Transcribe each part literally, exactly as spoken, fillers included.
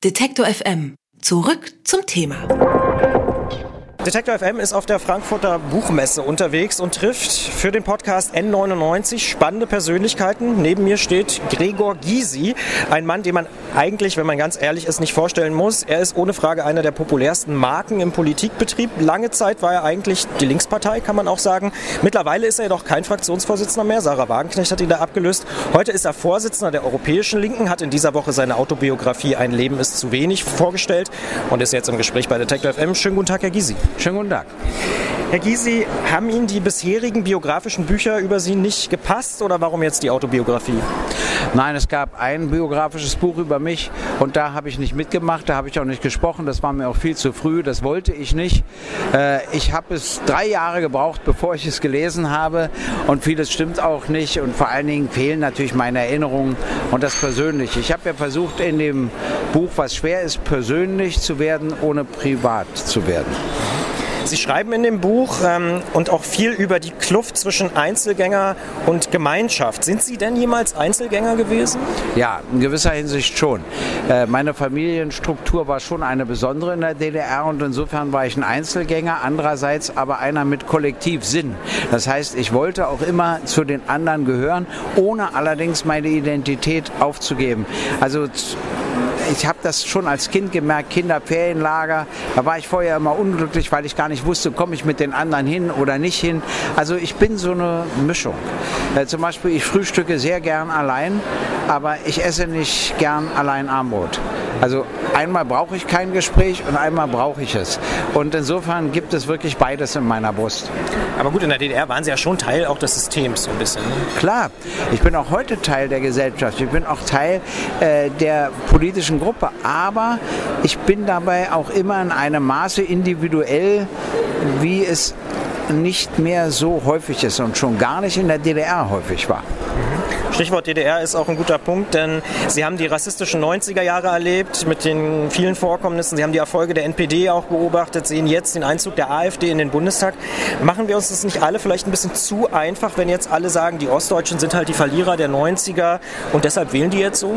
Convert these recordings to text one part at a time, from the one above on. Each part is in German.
Detektor F M. Zurück zum Thema. Detektor F M ist auf der Frankfurter Buchmesse unterwegs und trifft für den Podcast N neunundneunzig spannende Persönlichkeiten. Neben mir steht Gregor Gysi, ein Mann, den man eigentlich, wenn man ganz ehrlich ist, nicht vorstellen muss. Er ist ohne Frage einer der populärsten Marken im Politikbetrieb. Lange Zeit war er eigentlich die Linkspartei, kann man auch sagen. Mittlerweile ist er jedoch kein Fraktionsvorsitzender mehr. Sarah Wagenknecht hat ihn da abgelöst. Heute ist er Vorsitzender der Europäischen Linken, hat in dieser Woche seine Autobiografie Ein Leben ist zu wenig vorgestellt und ist jetzt im Gespräch bei Detektor F M. Schönen guten Tag, Herr Gysi. Schönen guten Tag. Herr Gysi, haben Ihnen die bisherigen biografischen Bücher über Sie nicht gepasst oder warum jetzt die Autobiografie? Nein, es gab ein biografisches Buch über mich und da habe ich nicht mitgemacht, da habe ich auch nicht gesprochen, das war mir auch viel zu früh, das wollte ich nicht. Ich habe es drei Jahre gebraucht, bevor ich es gelesen habe und vieles stimmt auch nicht und vor allen Dingen fehlen natürlich meine Erinnerungen und das Persönliche. Ich habe ja versucht in dem Buch, was schwer ist, persönlich zu werden, ohne privat zu werden. Sie schreiben in dem Buch ähm, und auch viel über die Kluft zwischen Einzelgänger und Gemeinschaft. Sind Sie denn jemals Einzelgänger gewesen? Ja, in gewisser Hinsicht schon. Äh, meine Familienstruktur war schon eine besondere in der D D R und insofern war ich ein Einzelgänger, andererseits aber einer mit Kollektivsinn. Das heißt, ich wollte auch immer zu den anderen gehören, ohne allerdings meine Identität aufzugeben. Also ich habe das schon als Kind gemerkt, Kinderferienlager, da war ich vorher immer unglücklich, weil ich gar nicht wusste, komme ich mit den anderen hin oder nicht hin. Also ich bin so eine Mischung. Äh, zum Beispiel, ich frühstücke sehr gern allein, aber ich esse nicht gern allein Armbrot. Also einmal brauche ich kein Gespräch und einmal brauche ich es. Und insofern gibt es wirklich beides in meiner Brust. Aber gut, in der D D R waren Sie ja schon Teil auch des Systems so ein bisschen. Ne? Klar, ich bin auch heute Teil der Gesellschaft. Ich bin auch Teil äh, der politischen Gruppe. Aber ich bin dabei auch immer in einem Maße individuell, wie es nicht mehr so häufig ist und schon gar nicht in der D D R häufig war. Stichwort D D R ist auch ein guter Punkt, denn Sie haben die rassistischen neunziger Jahre erlebt mit den vielen Vorkommnissen. Sie haben die Erfolge der N P D auch beobachtet, sehen jetzt den Einzug der AfD in den Bundestag. Machen wir uns das nicht alle vielleicht ein bisschen zu einfach, wenn jetzt alle sagen, die Ostdeutschen sind halt die Verlierer der neunziger und deshalb wählen die jetzt so?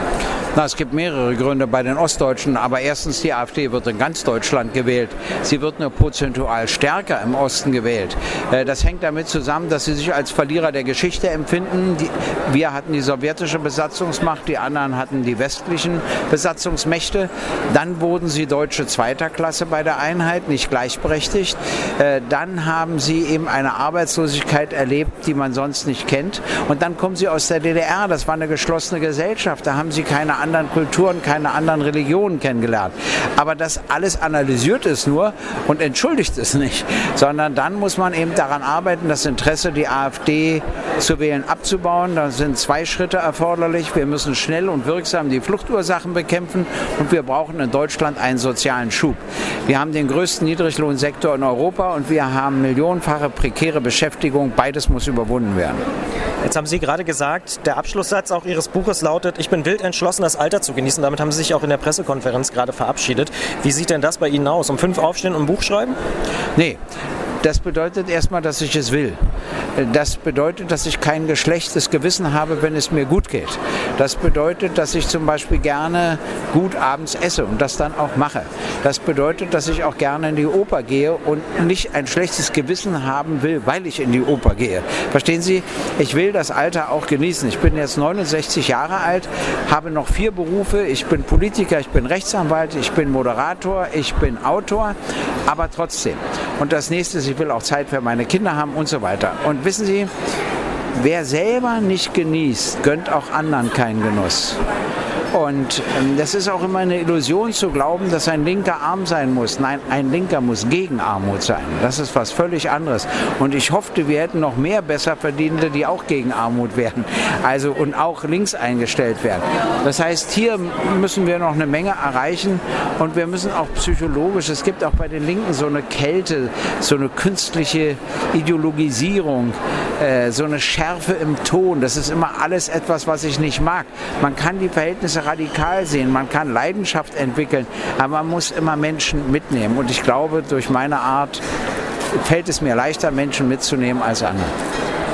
Na, es gibt mehrere Gründe bei den Ostdeutschen, aber erstens, die AfD wird in ganz Deutschland gewählt. Sie wird nur prozentual stärker im Osten gewählt. Das hängt damit zusammen, dass sie sich als Verlierer der Geschichte empfinden. Die, wir hatten die sowjetische Besatzungsmacht, die anderen hatten die westlichen Besatzungsmächte. Dann wurden sie deutsche zweiter Klasse bei der Einheit, nicht gleichberechtigt. Dann haben sie eben eine Arbeitslosigkeit erlebt, die man sonst nicht kennt. Und dann kommen sie aus der D D R, das war eine geschlossene Gesellschaft, da haben sie keine anderen Kulturen, keine anderen Religionen kennengelernt. Aber das alles analysiert es nur und entschuldigt es nicht, sondern dann muss man eben daran arbeiten, das Interesse, die AfD zu wählen, abzubauen. Da sind zwei Schritte erforderlich. Wir müssen schnell und wirksam die Fluchtursachen bekämpfen und wir brauchen in Deutschland einen sozialen Schub. Wir haben den größten Niedriglohnsektor in Europa und wir haben millionenfache prekäre Beschäftigung. Beides muss überwunden werden. Jetzt haben Sie gerade gesagt, der Abschlusssatz auch Ihres Buches lautet, ich bin wild entschlossen, das Alter zu genießen. Damit haben Sie sich auch in der Pressekonferenz gerade verabschiedet. Wie sieht denn das bei Ihnen aus? Um fünf aufstehen und ein Buch schreiben? Nee. Das bedeutet erstmal, dass ich es will. Das bedeutet, dass ich kein geschlechtes Gewissen habe, wenn es mir gut geht. Das bedeutet, dass ich zum Beispiel gerne gut abends esse und das dann auch mache. Das bedeutet, dass ich auch gerne in die Oper gehe und nicht ein schlechtes Gewissen haben will, weil ich in die Oper gehe. Verstehen Sie? Ich will das Alter auch genießen. Ich bin jetzt neunundsechzig Jahre alt, habe noch vier Berufe. Ich bin Politiker, ich bin Rechtsanwalt, ich bin Moderator, ich bin Autor, aber trotzdem. Und das nächste ist, ich will auch Zeit für meine Kinder haben und so weiter. Und wissen Sie, wer selber nicht genießt, gönnt auch anderen keinen Genuss. Und ähm, das ist auch immer eine Illusion zu glauben, dass ein Linker arm sein muss. Nein, ein Linker muss gegen Armut sein. Das ist was völlig anderes. Und ich hoffte, wir hätten noch mehr Besserverdienende, die auch gegen Armut wären. Also und auch links eingestellt werden. Das heißt, hier müssen wir noch eine Menge erreichen und wir müssen auch psychologisch, es gibt auch bei den Linken so eine Kälte, so eine künstliche Ideologisierung, äh, so eine Schärfe im Ton. Das ist immer alles etwas, was ich nicht mag. Man kann die Verhältnisse radikal sehen, man kann Leidenschaft entwickeln, aber man muss immer Menschen mitnehmen. Und ich glaube, durch meine Art fällt es mir leichter, Menschen mitzunehmen als andere.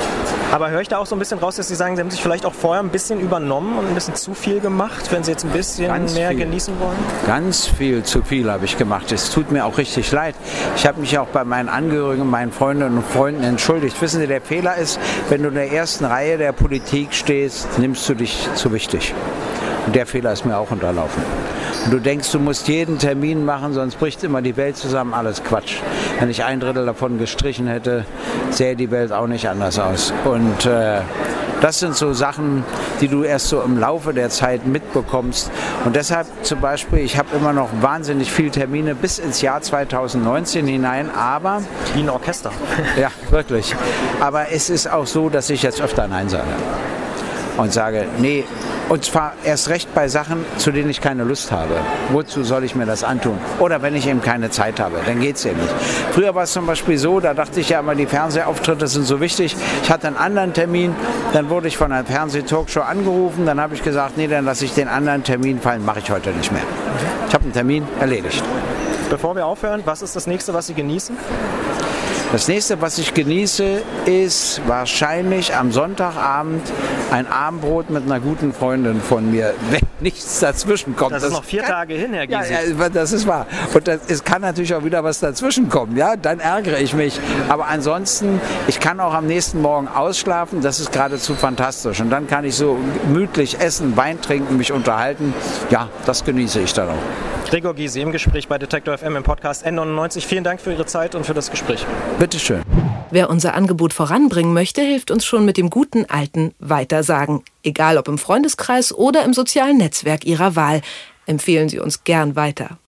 Aber höre ich da auch so ein bisschen raus, dass Sie sagen, Sie haben sich vielleicht auch vorher ein bisschen übernommen und ein bisschen zu viel gemacht, wenn Sie jetzt ein bisschen Ganz mehr viel. genießen wollen? Ganz viel zu viel habe ich gemacht. Es tut mir auch richtig leid. Ich habe mich auch bei meinen Angehörigen, meinen Freundinnen und Freunden entschuldigt. Wissen Sie, der Fehler ist, wenn du in der ersten Reihe der Politik stehst, nimmst du dich zu wichtig. Und der Fehler ist mir auch unterlaufen. Und du denkst, du musst jeden Termin machen, sonst bricht immer die Welt zusammen. Alles Quatsch. Wenn ich ein Drittel davon gestrichen hätte, sähe die Welt auch nicht anders aus. Und äh, das sind so Sachen, die du erst so im Laufe der Zeit mitbekommst. Und deshalb zum Beispiel, ich habe immer noch wahnsinnig viele Termine bis ins Jahr zweitausendneunzehn hinein, aber... Wie ein Orchester. Ja, wirklich. Aber es ist auch so, dass ich jetzt öfter Nein sage. Und sage, nee, und zwar erst recht bei Sachen, zu denen ich keine Lust habe. Wozu soll ich mir das antun? Oder wenn ich eben keine Zeit habe, dann geht's ja nicht. Früher war es zum Beispiel so, da dachte ich ja immer, die Fernsehauftritte sind so wichtig. Ich hatte einen anderen Termin, dann wurde ich von einer Fernseh-Talkshow angerufen, dann habe ich gesagt, nee, dann lasse ich den anderen Termin fallen, mache ich heute nicht mehr. Ich habe einen Termin erledigt. Bevor wir aufhören, was ist das nächste, was Sie genießen? Das nächste, was ich genieße, ist wahrscheinlich am Sonntagabend ein Abendbrot mit einer guten Freundin von mir, wenn nichts dazwischen kommt. Das ist das noch vier kann, Tage hin, Herr Gysi. Ja, ja, das ist wahr. Und das, es kann natürlich auch wieder was dazwischen kommen, ja, dann ärgere ich mich. Aber ansonsten, ich kann auch am nächsten Morgen ausschlafen, das ist geradezu fantastisch. Und dann kann ich so gemütlich essen, Wein trinken, mich unterhalten. Ja, das genieße ich dann auch. Gregor Gysi im Gespräch bei Detektor F M im Podcast N neunundneunzig. Vielen Dank für Ihre Zeit und für das Gespräch. Bitteschön. Wer unser Angebot voranbringen möchte, hilft uns schon mit dem guten alten Weitersagen. Egal ob im Freundeskreis oder im sozialen Netzwerk Ihrer Wahl. Empfehlen Sie uns gern weiter.